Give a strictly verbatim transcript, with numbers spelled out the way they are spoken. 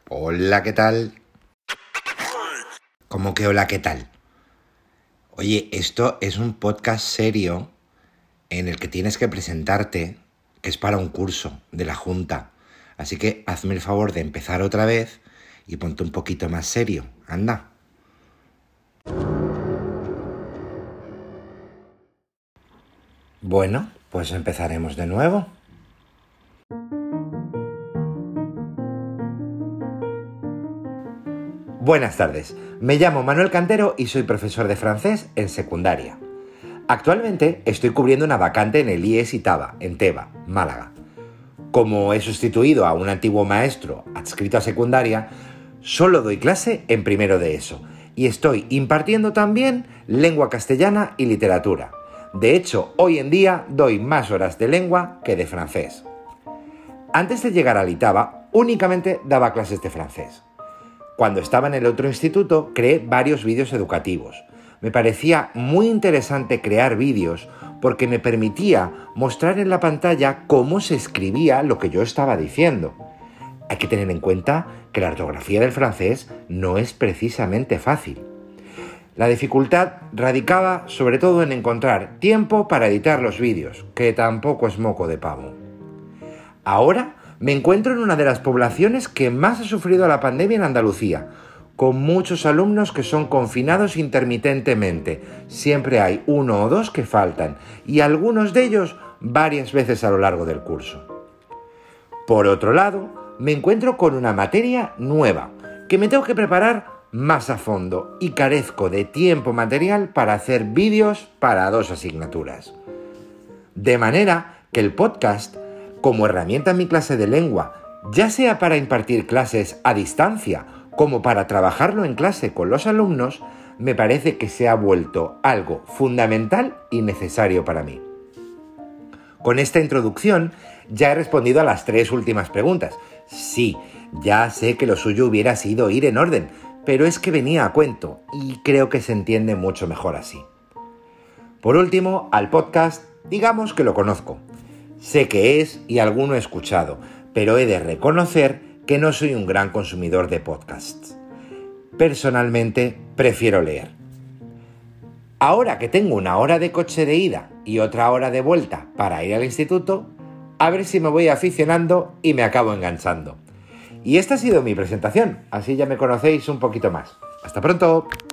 Hola, ¿qué tal? ¿Cómo que hola, qué tal? Oye, esto es un podcast serio en el que tienes que presentarte, que es para un curso de la Junta. Así que hazme el favor de empezar otra vez y ponte un poquito más serio. Anda. Bueno, pues empezaremos de nuevo. Buenas tardes, me llamo Manuel Cantero y soy profesor de francés en secundaria. Actualmente estoy cubriendo una vacante en el I E S ITABA, en Teba, Málaga. Como he sustituido a un antiguo maestro adscrito a secundaria, solo doy clase en primero de ESO y estoy impartiendo también lengua castellana y literatura. De hecho, hoy en día doy más horas de lengua que de francés. Antes de llegar al ITABA, únicamente daba clases de francés. Cuando estaba en el otro instituto, creé varios vídeos educativos. Me parecía muy interesante crear vídeos porque me permitía mostrar en la pantalla cómo se escribía lo que yo estaba diciendo. Hay que tener en cuenta que la ortografía del francés no es precisamente fácil. La dificultad radicaba sobre todo en encontrar tiempo para editar los vídeos, que tampoco es moco de pavo. Ahora me encuentro en una de las poblaciones que más ha sufrido la pandemia en Andalucía, con muchos alumnos que son confinados intermitentemente. Siempre hay uno o dos que faltan, y algunos de ellos varias veces a lo largo del curso. Por otro lado, me encuentro con una materia nueva, que me tengo que preparar más a fondo, y carezco de tiempo material para hacer vídeos para dos asignaturas. De manera que el podcast, como herramienta en mi clase de lengua, ya sea para impartir clases a distancia como para trabajarlo en clase con los alumnos, me parece que se ha vuelto algo fundamental y necesario para mí. Con esta introducción ya he respondido a las tres últimas preguntas. Sí, ya sé que lo suyo hubiera sido ir en orden, pero es que venía a cuento y creo que se entiende mucho mejor así. Por último, al podcast, digamos que lo conozco. Sé qué es y alguno he escuchado, pero he de reconocer que no soy un gran consumidor de podcasts. Personalmente, prefiero leer. Ahora que tengo una hora de coche de ida y otra hora de vuelta para ir al instituto, a ver si me voy aficionando y me acabo enganchando. Y esta ha sido mi presentación, así ya me conocéis un poquito más. ¡Hasta pronto!